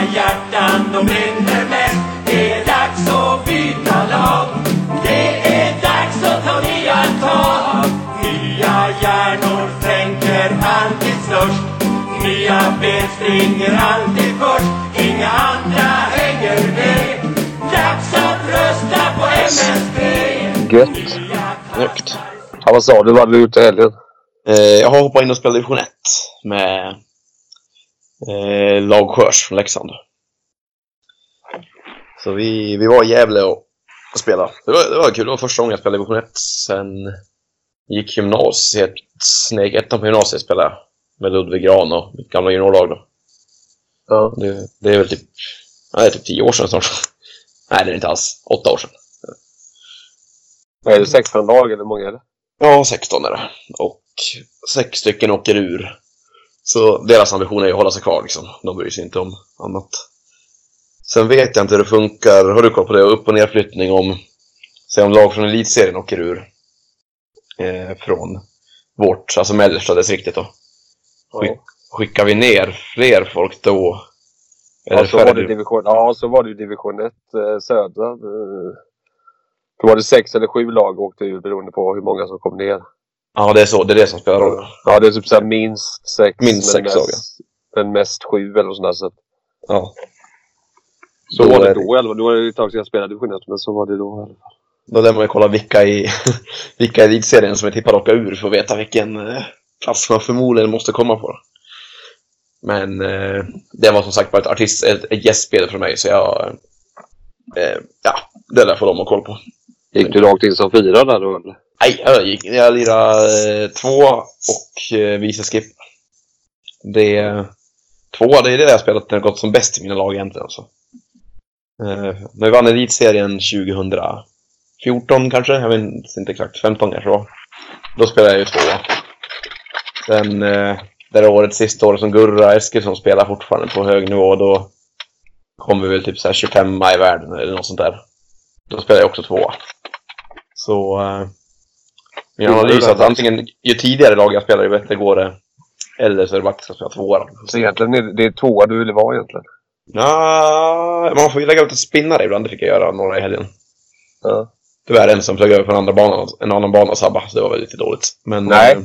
hjärtan de brinner mest. Det är dags att byta lag. Det är dags att ta nya tag. Nya hjärnor tänker alltid störst. Nya ben springer alltid först. Inga andra hänger med. Dags att rösta på MSB. Gött. Högt. Ja, vad sa du? Vad hade du gjort i helgen? Jag har hoppat in och spelat division 1 med Lagsjörs från Leksand. Så vi var i Gävle och spelade. Det var kul. Det var första gången jag spelade division 1. Sen gick gymnasiet, sneg ettan på gymnasiet spelade med Ludvig Gran och mitt gamla juniorlag då. Ja. Det är väl typ 10 år sedan snart. Nej, det är inte alls. 8 år sedan. Är det 16 lag eller många är det? Ja, 16 är det. Och 6 stycken åker ur. Så deras ambition är att hålla sig kvar liksom. De bryr sig inte om annat. Sen vet jag inte hur det funkar. Har du koll på det? Upp- och nedflyttning om lag från elitserien åker ur. Från vårt, alltså mellersta distriktet då. Skickar vi ner fler folk då? Ja, så var det division, så var det ju division 1 södra. Då var det 6 eller 7 lag åkte ur beroende på hur många som kom ner. Ja, det är så. Det är det som spelar roll. Ja, det är typ så här minst 6. Minst 6 lag. Men mest 7 eller något sånt där. Så. Ja. Så då var det då i alla fall. Då var det ett tag sedan jag spelade division 1, men så var det då i alla fall. Då lär man ju kolla vilka i elitserien som är tippade att åka ur för att veta vilken plats man förmodligen måste komma på. Men det var som sagt bara ett gästspel för mig, så jag det där får de ha koll på. Gick du rakt in som 4 där då eller? Nej, jag lirade 2 och vice skip. Det är 2, det är det jag spelat när det gått som bäst i mina lag egentligen alltså. När vi vann elitserien 2014 kanske, jag vet inte exakt, 15 kanske då. Då spelade jag ju 2. Sen det är årets sista år som Gurra Eskilsson spelar fortfarande på hög nivå. Då kom vi väl typ så här 25 i världen eller något sånt där. Då spelar jag också 2. Så min analys är att antingen ju tidigare lag jag spelar ju bättre går det, eller så är det bara att jag ska spela 2. Så egentligen det är 2 du ville vara egentligen? Ja, man får ju lägga ut ett spinnare ibland, det fick jag göra några i helgen. Ja. Tyvärr en som flög över på en annan bana och sabba, så det var väl lite dåligt. Men nej.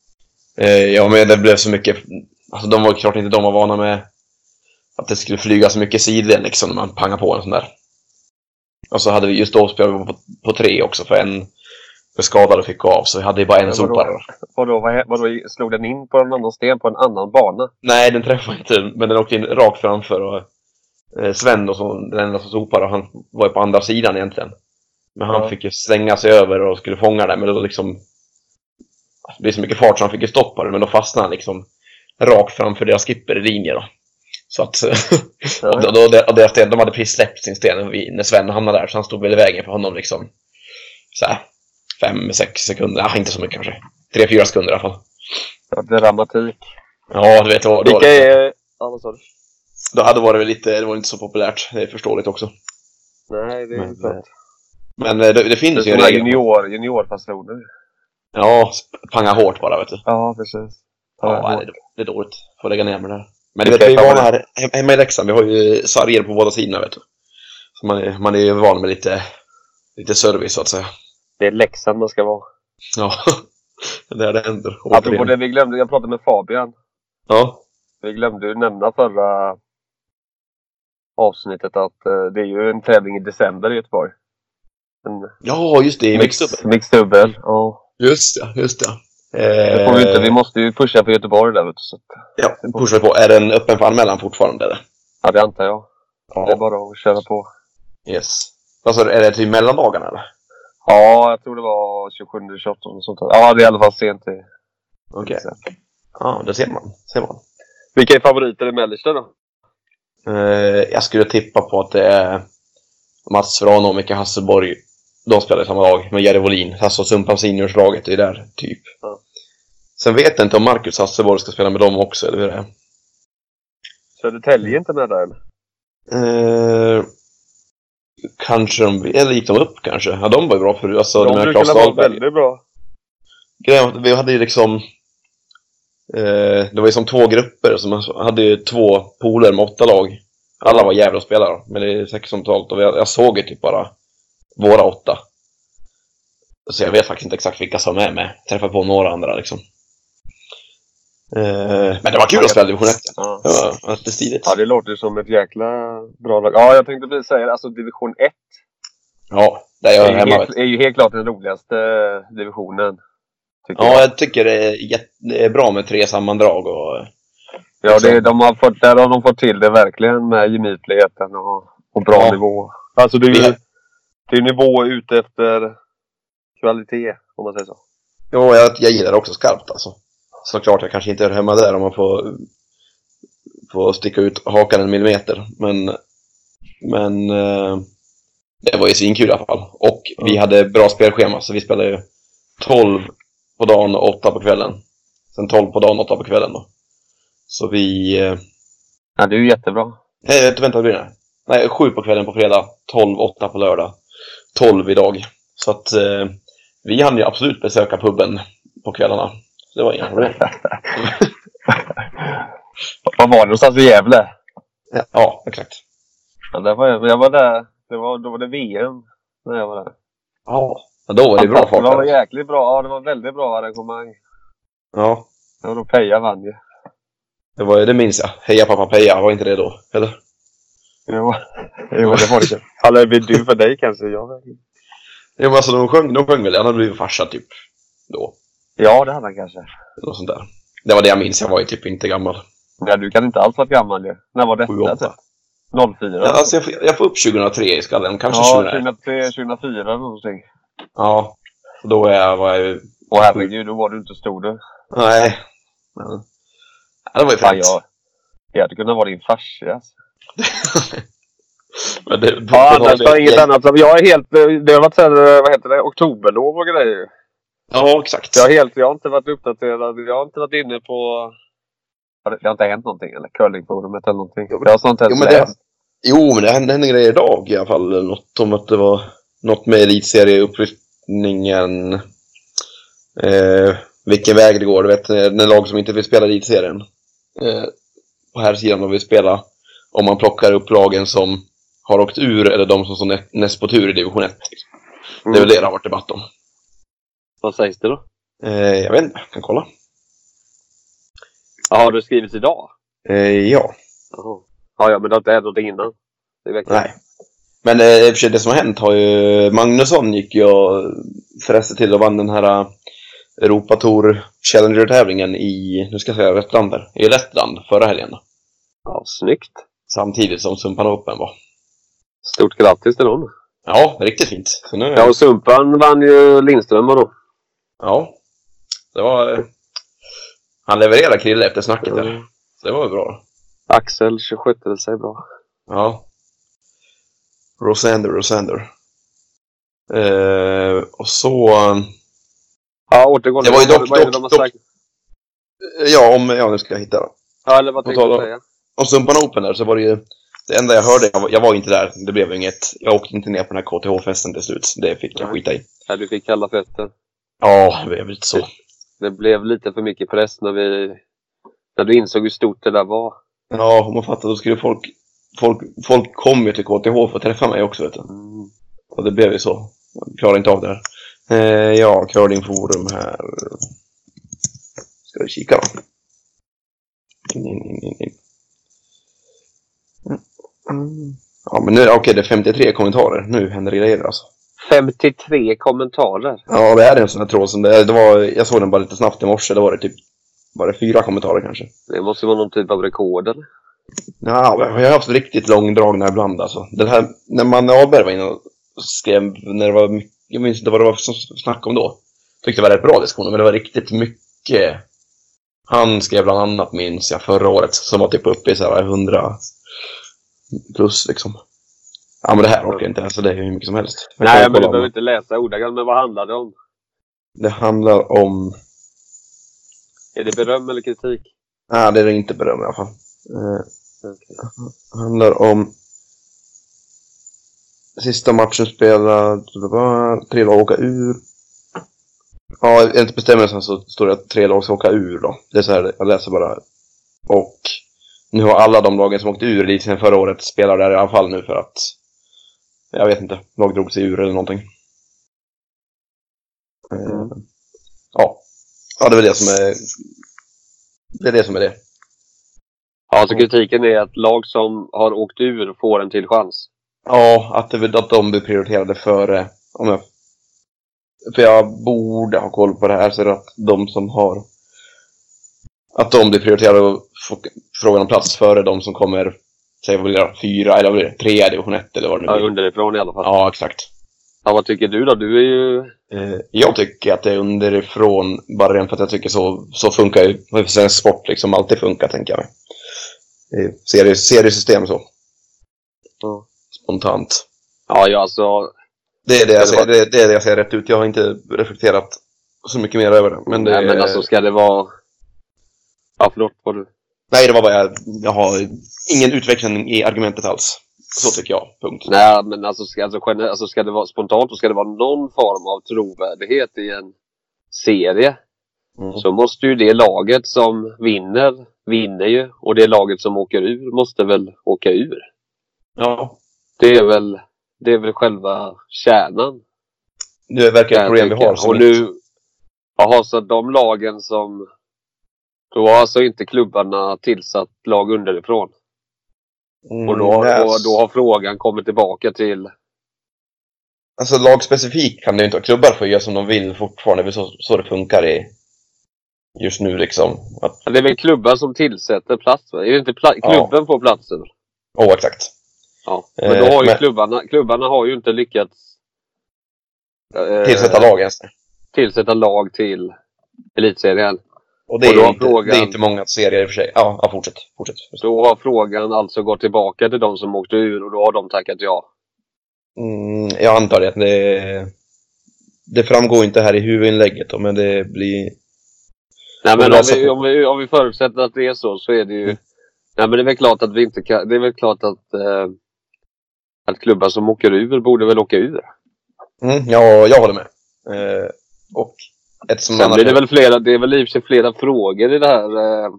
Ja, men det blev så mycket. Alltså de var klart inte de var vana med att det skulle flyga så mycket sidor liksom när man pangar på en sån där. Och så hade vi just då spelat på 3 också, för en skadad och fick gå av, så vi hade ju bara en sopare. Vadå, slog den in på en annan sten på en annan bana? Nej, den träffade inte, men den åkte in rakt framför och Sven då, som den enda som sopade, och han var ju på andra sidan egentligen. Men han fick ju slänga sig över och skulle fånga den, men då liksom det blir så mycket fart så han fick ju stoppa det, men då fastnade han liksom rakt framför deras skipper i linje då. Så att de hade precis släppt sin sten när Sven hamnade där, så han stod väl i vägen för honom liksom så här 5-6 sekunder, inte så mycket kanske 3-4 sekunder i alla fall. Dramatik. Ja, du vet vad det var. Vilka är alla sa du? Då hade varit lite, det var inte så populärt, det är förståeligt också. Nej, det är inte sant. Men det finns det ju juniorfasoner. Ja, panga hårt bara, vet du. Ja, precis. Ja, det är dåligt. Får lägga ner med det här. Men det vet vi var här hemma i Leksand. Vi har ju sarger på båda sidorna, vet du. Så man är ju van med lite service, så att säga. Det är Leksand man ska vara. Ja, det är det händer. Apropå det vi glömde, jag pratade med Fabian. Ja. Vi glömde ju nämna förra avsnittet att det är ju en tävling i december i Göteborg. Ja, just det, mixdubbel. Ja. Just det. Det får vi inte, vi måste ju pusha för Göteborg där, vet du, så. Ja, pusha på. Är den öppen för anmälan fortfarande eller? Ja, det antar jag. Ja. Det är bara att köra på. Yes. Alltså, är det till mellandagarna eller? Ja, jag tror det var 27-28 och sånt där. Ja, det är i alla fall sent i. Okej. Ja, det ser man. Vilka är favoriter i mellersta då? Jag skulle tippa på att det är Mats Vrano och Micke Hasselborg. De spelar i samma lag med Jerry Wåhlin. Alltså Sumpan seniorslaget är där typ. Ja. Sen vet jag inte om Marcus Hasselborg ska spela med dem också, eller hur det är. Södertälje inte med där eller? Kanske eller gick de upp kanske. Ja, de var ju bra för alltså, de brukar vara väldigt bra. Vi hade ju liksom det var ju som 2 grupper, så man hade ju 2 poler med 8 lag. Alla var jävla spelare, men det är 16 totalt. Och jag såg ju typ bara våra 8. Så jag vet faktiskt inte exakt vilka som är med. Träffade på några andra liksom. Men det var kul att spela division 1. Ja. Det var lite stiligt. Ja, det låter som ett jäkla bra lag. Ja, jag tänkte precis säga, alltså division 1 Ja, där jag är hemma. är ju helt klart den roligaste divisionen. Ja, jag tycker det är bra med 3 sammandrag och... Ja, där har de fått till det verkligen med gemytligheten och bra nivå. Alltså det är nivå ute efter kvalitet, om man säger så. Ja, jag gillar det också skarpt alltså. Såklart jag kanske inte är hemma där om man får sticka ut hakan 1 millimeter. Men det var ju svinkul i alla fall. Och vi hade bra spelschema, så vi spelade 12 på dagen och 8 på kvällen. Sen 12 på dagen och 8 på kvällen då. Så vi... Ja, det är ju jättebra. Vänta, vad blir det? Nej, 7 på kvällen på fredag, 12, 8 på lördag, 12 idag. Så att vi hann ju absolut besöka puben på kvällarna. Så det var inga problem. Vad var det någonstans i Gävle? Ja, exakt. Ja, jag var där. Då var det VM när jag var där. Ja, då var det bra fart. Det var jäkligt bra. Ja, det var väldigt bra arrangemang. Ja. Ja, då Peja vann ju. Det minns jag. Heja pappa Peja, var inte det då? Eller? Jo, det var det. Eller du för dig kanske, jag vet inte. Jo, men alltså de sjöng väl. Han hade blivit farsa typ då. Ja, det hade han kanske. Något sånt där. Det var det jag minns, jag var ju typ inte gammal. Ja, du kan inte alls vara gammal ju. När var detta? 7-8. 04. Ja, alltså jag får upp 2003 i skallen, kanske 2004 någonting. Ja, då var jag... Åh herregud, då var du inte stor du. Nej. Men... Ja, det var ju främt. Jag hade kunnat vara din farsa alltså. Men det, annars var inget annat. Jag är helt... Det har varit så här, vad heter det? Oktoberlov och grejer. Ja, exakt. Jag har inte varit uppdaterad. Jag har inte varit inne på... Det har inte hänt någonting, eller curlingforumet eller någonting. Det har sånt men det hände grejer idag i alla fall. Något om att det var något med elitserieuppflyttningen. Vilken väg det går. Du vet, när lag som inte vill spela elitserien. På här sidan de vill spela. Om man plockar upp lagen som har åkt ur eller de som står näst på tur i division 1. Det är väl det har varit debatt om. Vad sägs det då? Jag vet inte, jag kan kolla. Ja, har du skrivit idag? Ja. Ja, men det har inte hänt någonting innan. Nej. Men i och för sig det som har hänt har ju... Magnusson gick ju förresten till och vann den här Europatour Challenger-tävlingen i... Nu ska jag säga rätt land där. I Lettland förra helgen. Ja, snyggt. Samtidigt som Sumpan Open var. Stort grattis till dem. Ja, riktigt fint. Så nu... Ja, och Sumpan vann ju Lindström då. Ja. Det var... Han levererade Krille efter snacket där. Så det var ju bra. Axel skötte sig bra. Ja. Rosander. Och så... Ja, återgång. Det var ju dock... Ja, nu ska jag hitta då. Ja, eller vad tänkte du säga? Och Sumpan Open där så var det ju... Det enda jag hörde, jag var inte där. Det blev inget... Jag åkte inte ner på den här KTH-festen till slut. Det fick jag skita i. Ja, du fick kalla fötter. Ja, det blev lite så. Det blev lite för mycket press när du insåg hur stort det där var. Ja, om man fattar, då skulle folk kom ju till KTH för att träffa mig också, vet du. Och det blev ju så. Jag klarar inte av det här. Ja, curlingforum här. Ska vi kika då? Ja, men nu, okej, det är 53 kommentarer. Nu händer det grejer alltså. 53 kommentarer? Ja, det är en sån här tråd som det var, jag såg den bara lite snabbt i morse. Då var det typ bara 4 kommentarer kanske. Det måste vara någon typ av rekord, eller? Ja, jag har haft riktigt långdragna ibland alltså. Den här, när man Ahlberg var inne och skrev, när det var mycket, jag minns inte vad det var som snack om då. Tyckte det var rätt bra diskussioner, men det var riktigt mycket. Han skrev bland annat, minns jag, förra året, som var typ uppe i så här 100 plus liksom. Ja, men det här orkar jag inte, alltså det är ju hur mycket som helst. Nej, men du behöver inte läsa ordagrant, men vad handlar det om? Det handlar om... Är det beröm eller kritik? Nej, det är inte beröm i alla fall. Det handlar om... Sista matchen spelad, 3 lag åka ur. Ja, enligt bestämmelsen så står det att 3 lag ska åka ur då. Det är så här, jag läser bara. Och nu har alla de lagen som åkte ur lite sen förra året spelar där i alla fall nu för att jag vet inte, lag drog sig ur eller någonting. Ja, det är väl det som är det. Ja, så kritiken är att lag som har åkt ur får en till chans. Ja, att de blir prioriterade före. För jag borde ha koll på det här, så att de som har... Att de blir prioriterade och får frågan om plats före de som kommer, säg vad blir det, 4 eller vad blir det, 3 division 1 eller vad det nu blir. Ja, underifrån i alla fall. Ja, exakt. Ja, vad tycker du då? Du är ju... Jag tycker att det är underifrån, bara rent för att jag tycker så funkar ju svensk sport liksom alltid funkar, tänker jag mig. Seriesystem så. Spontant. Ja, alltså... Det är det jag säger rätt ut. Jag har inte reflekterat så mycket mer över det. Men alltså ska det vara... Ja, förlåt, vad du... Nej, det var bara jag har ingen utveckling i argumentet alls. Så tycker jag, punkt. Nej, men alltså ska det vara spontant och ska det vara någon form av trovärdighet i en serie, så måste ju det laget som vinner ju, och det laget som åker ur måste väl åka ur. Ja. Det är väl själva kärnan. Nu verkar det problem vi har. Och nu, så de lagen som... Då har alltså inte klubbarna tillsatt lag underifrån. Och då har frågan kommit tillbaka till... Alltså lagspecifikt kan det ju inte vara. Klubbar får göra som de vill fortfarande. Det är så det funkar just nu liksom. Det är väl klubbar som tillsätter plats, va? Är det inte klubben på platsen? Exakt. Ja, men då har ju klubbarna har ju inte lyckats tillsätta lag till elitserien. Och det är inte många serier i och för sig. Ja, fortsätt. Då har frågan alltså gått tillbaka till de som åkte ur, och då har de tackat ja. Jag antar det. Det framgår inte här i huvudinlägget då, men det blir... Nej, men om vi förutsätter att det är så är det ju... Nej, men det är väl klart att vi inte kan... Det är väl klart att klubbar som åker ur borde väl åka ur. Ja, jag håller med. Och sen blir det väl det är väl i och för sig flera frågor i det här.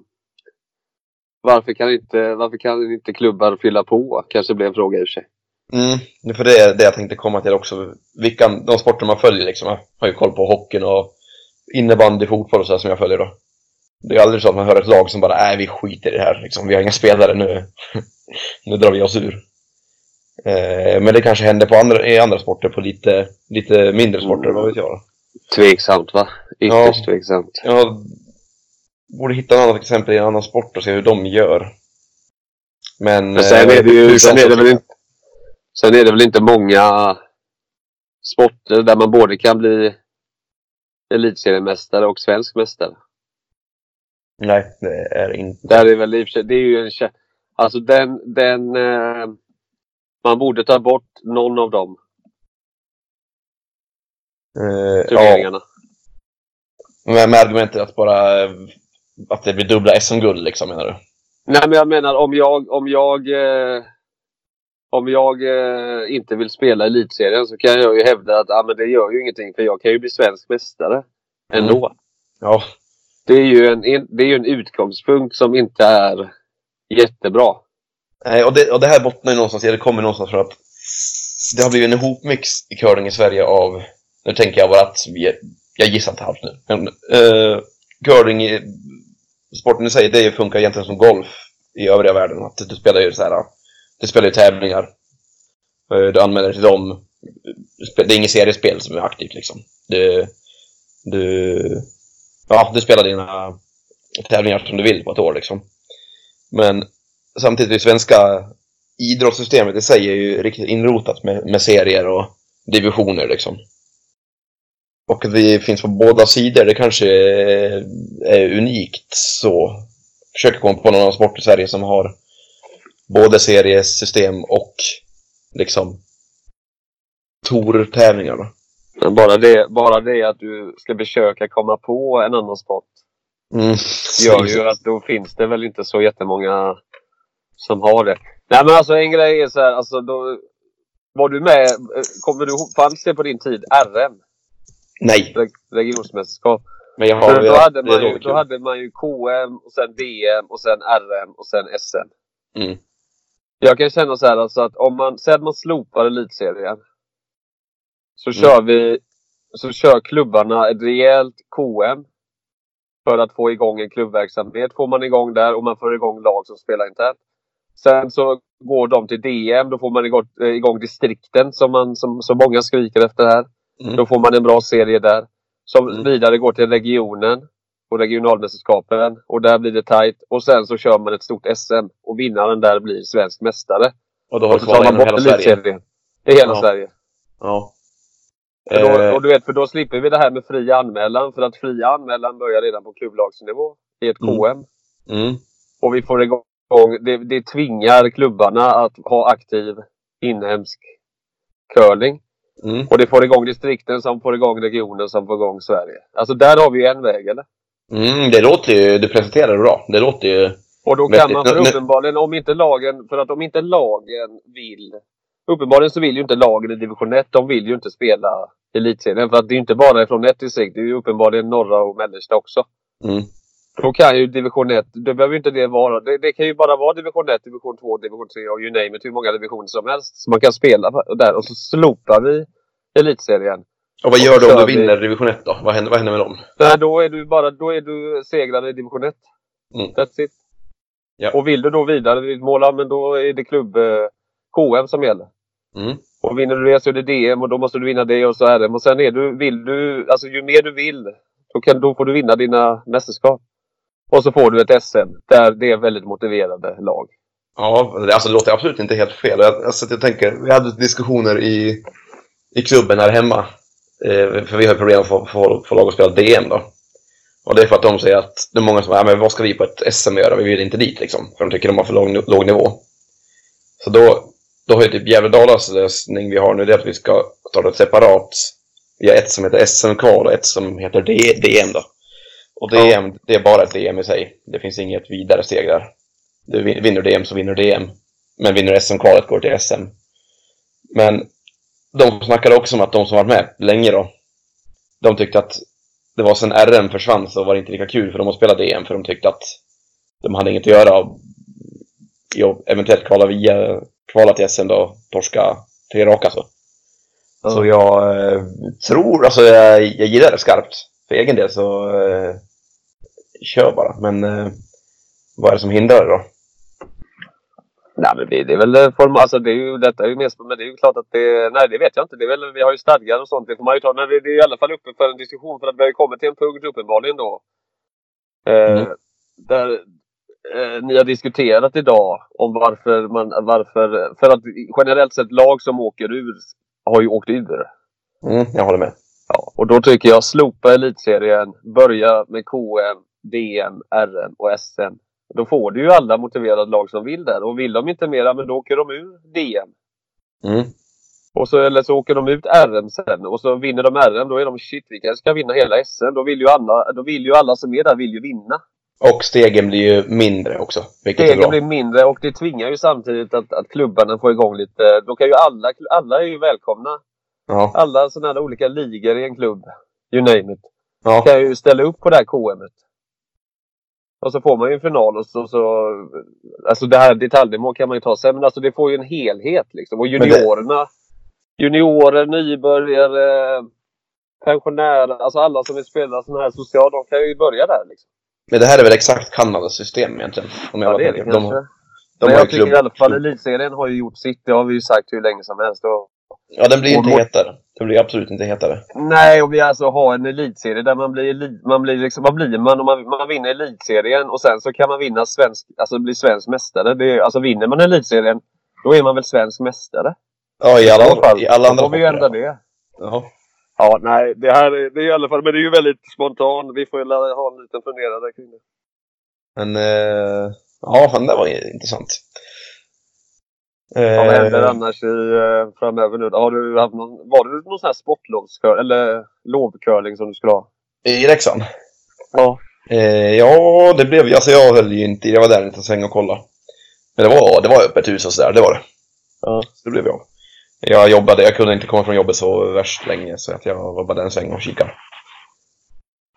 Varför kan inte klubbar fylla på? Kanske blir en fråga i och för sig. För det är det jag tänkte komma till också. De sporter man följer liksom. Jag har ju koll på hockeyn och innebandy, fotboll och så här som jag följer då. Det är aldrig så att man hör ett lag som bara, vi skiter i det här liksom. Vi har inga spelare nu. Nu drar vi oss ur. Men det kanske händer i andra sporter, på lite mindre sporter, vad vet jag då. Tveksamt, va? Ytterst tveksamt. Jag borde hitta ett annat exempel i en annan sport och se hur de gör. Men sen är det väl inte många sporter där man både kan bli elitseriemästare och svensk mästare. Nej, det är inte. Där är väl i och för sig, det är ju en... Alltså man borde ta bort någon av dem. Turneringarna. Med argumentet att det blir dubbla SM-guld liksom, menar du? Nej, men jag menar om jag inte vill spela elitserien, så kan jag ju hävda att men det gör ju ingenting, för jag kan ju bli svensk mästare ändå. Ja. Det är ju en utgångspunkt som inte är jättebra. Nej, och det här bottnar ju någonstans, eller kommer någonstans från att det har blivit en ihopmix i curling i Sverige av, nu tänker jag bara att jag gissar inte halvt nu, men curling i sporten i sig, det funkar egentligen som golf i övriga världen, att du spelar ju tävlingar, du anmäler till dem, det är inget seriespel som är aktivt liksom, du spelar dina tävlingar som du vill på ett år liksom. Men samtidigt är svenska idrottssystemet i sig är ju riktigt inrotat med serier och divisioner liksom. Och det finns på båda sidor. Det kanske är unikt så. Försöker komma på någon annan sport i Sverige som har både seriesystem och liksom tortävlingar. Men bara det att du ska försöka komma på en annan sport gör ju att då finns det väl inte så jättemånga som har det. Nej, men alltså en grej är så här, alltså då var du med, fanns det på din tid RM? Nej. Regionsmästerskap. Men jag Så har, då hade man ju KM och sen DM och sen RM och sen SM. Mm. Jag kan känna så här alltså att om man slopar elitserien så kör klubbarna ett rejält KM för att få igång en klubbverksamhet. Får man igång där och man får igång lag som spelar internt. Sen så går de till DM, då får man igång distrikten som många skriker efter här. Då får man en bra serie där. Som vidare går till regionen och regionalmästerskapen. Och där blir det tajt. Och sen så kör man ett stort SM. Och vinnaren där blir svensk mästare. Och då har så tar man bort elitserien. I hela Sverige. Ja. Och du vet, för då slipper vi det här med fri anmälan. För att fri anmälan börjar redan på klubblagsnivå. I ett KM. Och vi får igång. Det tvingar klubbarna att ha aktiv inhemsk curling. Och det får igång distrikten som får igång regionen som får igång Sverige. Alltså där har vi ju en väg, eller? Det låter ju, du presenterar det bra. Det låter ju... Och då kan man uppenbarligen, om inte lagen vill... Uppenbarligen så vill ju inte lagen i division 1, de vill ju inte spela elitserien. För att det är ju inte bara från ett distrikt, det är ju uppenbarligen norra och mellersta också. Då kan ju division 1, det behöver ju inte det vara. Det kan ju bara vara division 1, division 2, division 3 och you name it, hur många divisioner som helst. Så man kan spela där och så slopar vi elitserien. Och vad gör du om du vinner division 1 då? Vad händer med dem? Nej, då är du segrare i division 1. That's it. Ja. Och vill du då vidare i måla, men då är det klubb KM som gäller. Och vinner du det så är det DM och då måste du vinna det och så är det. Och sen vill du, alltså ju mer du vill, då får du vinna dina mästerskap. Och så får du ett SM där det är väldigt motiverade lag. Ja, alltså det låter absolut inte helt fel. Jag tänker, vi hade diskussioner i klubben här hemma. För vi har problem att få lag att spela DM då. Och det är för att de säger att det är många som men vad ska vi på ett SM göra? Vi vill inte dit liksom. För de tycker de har för låg nivå. Så då har ju typ Gävle-Dalas lösning vi har nu, det är att vi ska starta ett separat. Vi har ett som heter SM-kval och ett som heter DM då. Och DM, det är bara ett DM i sig. Det finns inget vidare steg där. Du vinner DM så vinner DM. Men vinner SM-kvalet går till SM. Men de snackade också om att de som varit med länge då, de tyckte att det var sen RM försvann så var det inte lika kul för dem att spela DM. För de tyckte att de hade inget att göra och eventuellt kvala till SM då, torska 3 raka så. Så jag tror, alltså jag gillar det skarpt. För egen del så kör bara. Men vad är det som hindrar det då? Nej, men det är väl alltså detta är ju mest, men det är ju klart att det vet jag inte. Det är väl, vi har ju stadgar och sånt, det får man ju ta, men det är i alla fall uppe för en diskussion för att vi har ju kommit till en punkt uppenbarligen då. Där ni har diskuterat idag om varför, för att generellt sett lag som åker ur har ju åkt ur. Jag håller med. Ja, och då tycker jag slopa elitserien, börja med KM, DM, RM och SM. Då får du ju alla motiverade lag som vill där. Och vill de inte mera, men då åker de ur DM. Och så, eller så åker de ut RM sen. Och så vinner de RM, då är de shit, vi kanske ska vinna hela SM. Då vill ju alla som är där vill ju vinna. Och stegen blir ju mindre också. Stegen blir mindre och det tvingar ju samtidigt att klubbarna får igång lite. Då kan ju alla är ju välkomna. Ja. Alla sådana här olika ligor i en klubb, you name it, kan ju ställa upp på det här KM:et. Och så får man ju en final och så alltså det här detaljnivå kan man ju ta sen, men alltså det får ju en helhet liksom. Och juniorer, nybörjare, pensionärer, alltså alla som vill spela sådana här sociala, de kan ju börja där liksom. Men det här är väl exakt Kanadas system egentligen? Om jag det är det kanske. Men jag tycker i alla fall elitserien har ju gjort sitt, det har vi ju sagt hur länge som helst. Ja, den blir inte hetare. Den blir absolut inte hetare. Nej, och vi alltså har en elitserie där man blir liksom, vad blir man om man vinner elitserien och sen så kan man vinna bli svensk mästare. Alltså vinner man elitserien, då är man väl svensk mästare. Ja, i alla andra får vi ju ändra det. Jaha. Ja, nej, det är i alla fall, men det är ju väldigt spontant. Vi får ju ha en liten funderare kring det. Men, ja, fan, det var intressant. Vad händer annars framöver nu? Var det någon sån här sportlovskör eller lovkörling som du skulle ha? I Leksand? Ja. Ja, det blev, alltså jag höll ju inte, jag var där inte sväng och kolla. Men det var öppet hus och sådär, det var det. Ja. Så det blev jag. Jag kunde inte komma från jobbet så värst länge så att jag var bara där en sväng och kika.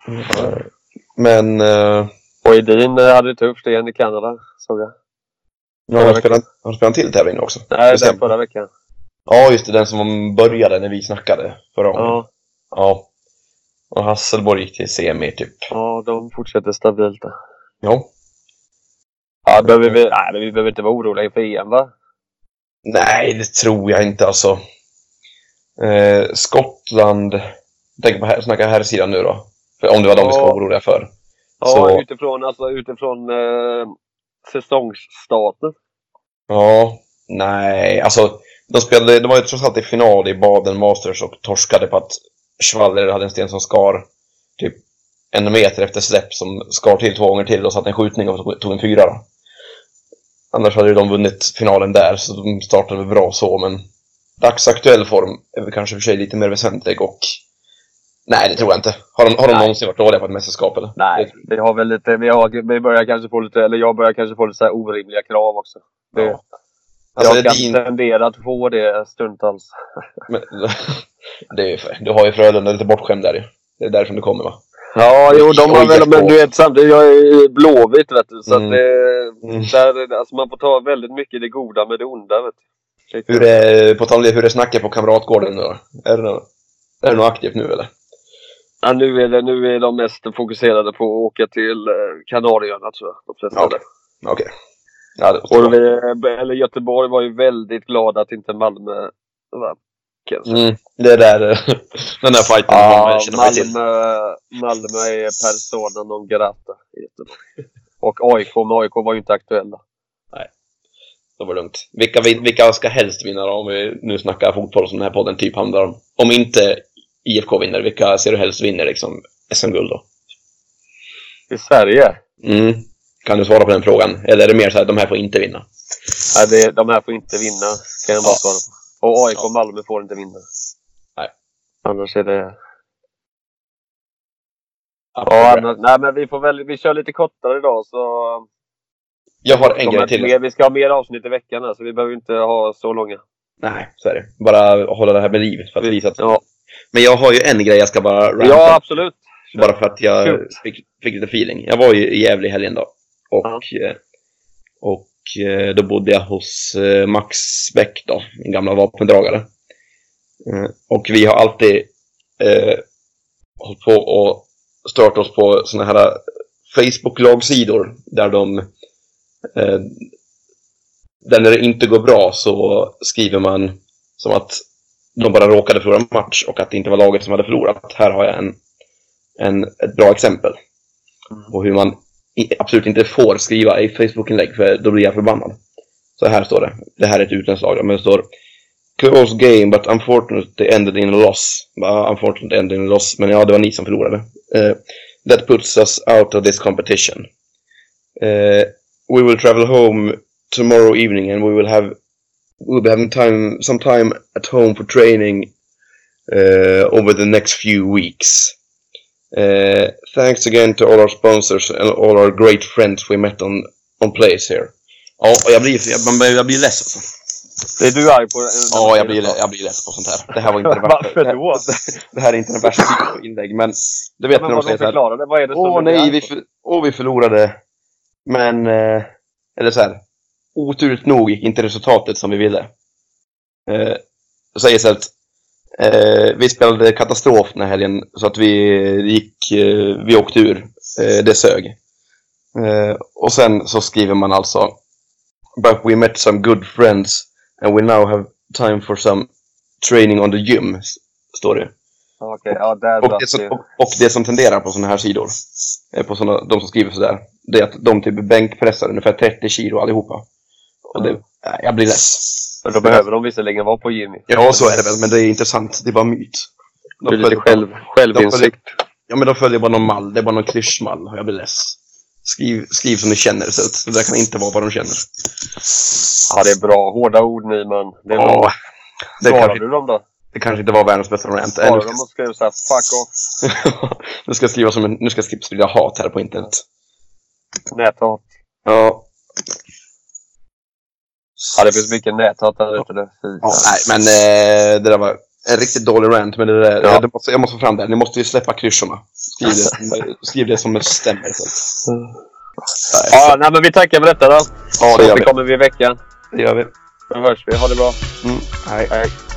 Men... Och Edin hade det tufft igen i Kanada, såg jag. Har du spelat till tävling också? Nej, den förra veckan. Ja, just det. Den som började när vi snackade förra gången. Ja. Och Hasselborg gick till semi typ. Ja, de fortsätter stabilt. Ja. Ja, vi behöver inte vara oroliga för EM, va? Nej, det tror jag inte alltså. Skottland... Tänk på snacka här sidan nu då. För om det var de vi ska vara oroliga för. Ja, så... utifrån säsongsstarten. Ja, nej. Alltså, de var ju trots allt i final i Baden Masters och torskade på att Schwaller hade en sten som skar typ 1 meter efter släpp som skar till 2 gånger till och satte en skjutning och tog en 4 då. Annars hade ju de vunnit finalen där, så de startade väl bra så, men dagsaktuell form är väl kanske för sig lite mer väsentlig och nej, det tror jag inte. Har de någonsin varit dåliga på ett mästerskap eller? Nej, vi har väl lite, vi börjar kanske få lite, eller jag börjar kanske få lite så här orimliga krav också. Ja. Alltså, jag kan tendera att få det stundtals. Men, du har ju Frölunda lite bortskämd där ju. Det är därifrån det kommer, va? Ja, jo, de har väl, men du vet samtidigt, jag är Blåvitt, vet du, så att där, alltså man får ta väldigt mycket det goda med det onda, vet du. Hur är snacket på Kamratgården nu då? Är det något aktivt nu eller? Ja, nu är de mest fokuserade på att åka till Kanarieöarna, tror jag, de flesta. Okej. Ja, eller Göteborg var ju väldigt glada att inte Malmö var. Det är där den där fighten. Ja, Malmö är persona non grata i Göteborg. Och AIK var ju inte aktuella. Nej, det var lugnt. Vilka ska helst vinna då, om vi nu snackar fotboll som den här podden typ handlar om? Om inte IFK vinner, vilka ser du helst vinner liksom SM-guld då? I Sverige? Kan du svara på den frågan? Eller är det mer så här, de här får inte vinna? Nej, de här får inte vinna, kan jag bara svara på. Och AIK och Malmö får inte vinna. Nej. Annars är det... Nej, men vi kör lite kortare idag, så... Jag har en grej till. Vi ska ha mer avsnitt i veckan här, så vi behöver inte ha så långa. Nej, så är det. Bara hålla det här med livet för att visa att... Ja. Men jag har ju en grej jag ska bara ranta. Ja, absolut. Bara för att jag fick lite feeling. Jag var ju i Gävle i helgen då. Och då bodde jag hos Max Bäck då, en gamla vapendragare. Och vi har alltid hållit på och stört oss på såna här Facebook-lagsidor där där när det inte går bra så skriver man som att de bara råkade förlora en match och att det inte var laget som hade förlorat. Här har jag ett bra exempel på hur man absolut inte får skriva i Facebook-inlägg, för då blir jag förbannad. Så här står det. Det här är ett utländskt lag, men det står close game but unfortunately ended in a loss. Unfortunately ended in a loss, men ja, det var ni som förlorade. That puts us out of this competition. We will travel home tomorrow evening and we'll be having some time at home for training over the next few weeks. Thanks again to all our sponsors and all our great friends we met on place here. Ja, jag blir less alltså. Det är du arg på? Ja, jag blir less på sånt här. Det här var inte det värsta. Varför då? Det här är inte den värsta typen av inlägg, men du vet när de säger så här. Vad är det som vi förlorade, men eller så här, oturligt nog gick inte resultatet som vi ville. Säger så att vi spelade katastrof den här helgen, så att vi åkte ur. Det sög. Och sen så skriver man alltså but we met some good friends and we now have time for some training on the gym, står det. Okay, ja, och det som tenderar på såna här sidor, på de som skriver sådär, det är att de typ bänkpressar ungefär 30 kilo allihopa. Och jag blir less. Men då behöver de visserligen vara på gym. Ja, så är det väl, men det är inte sant. Det är bara myt. Det är lite självinsikt. Ja, men de följer bara någon mall. Det är bara någon klyschmall. Och jag blir less. Skriv som ni känner. Så det där kan inte vara vad de känner. Ja, det är bra. Hårda ord, Nyman. Det är bra. Svarar du dem då? Det kanske inte var världens bästa rant. Svarar de och skriver såhär, fuck off. Nu ska jag skriva hat här på internet. Näthat. Ja. Ja, det finns mycket näthat här ute. Ja, nej, men det där var en riktigt dålig rant, men det där, jag måste få fram det. Ni måste ju släppa klyschorna. Skriv det som stämmer. Ja, nej, men vi tackar för detta då. Ja, det gör vi. Så kommer vi i veckan. Det gör vi. Då hörs vi. Ha det bra. Hej.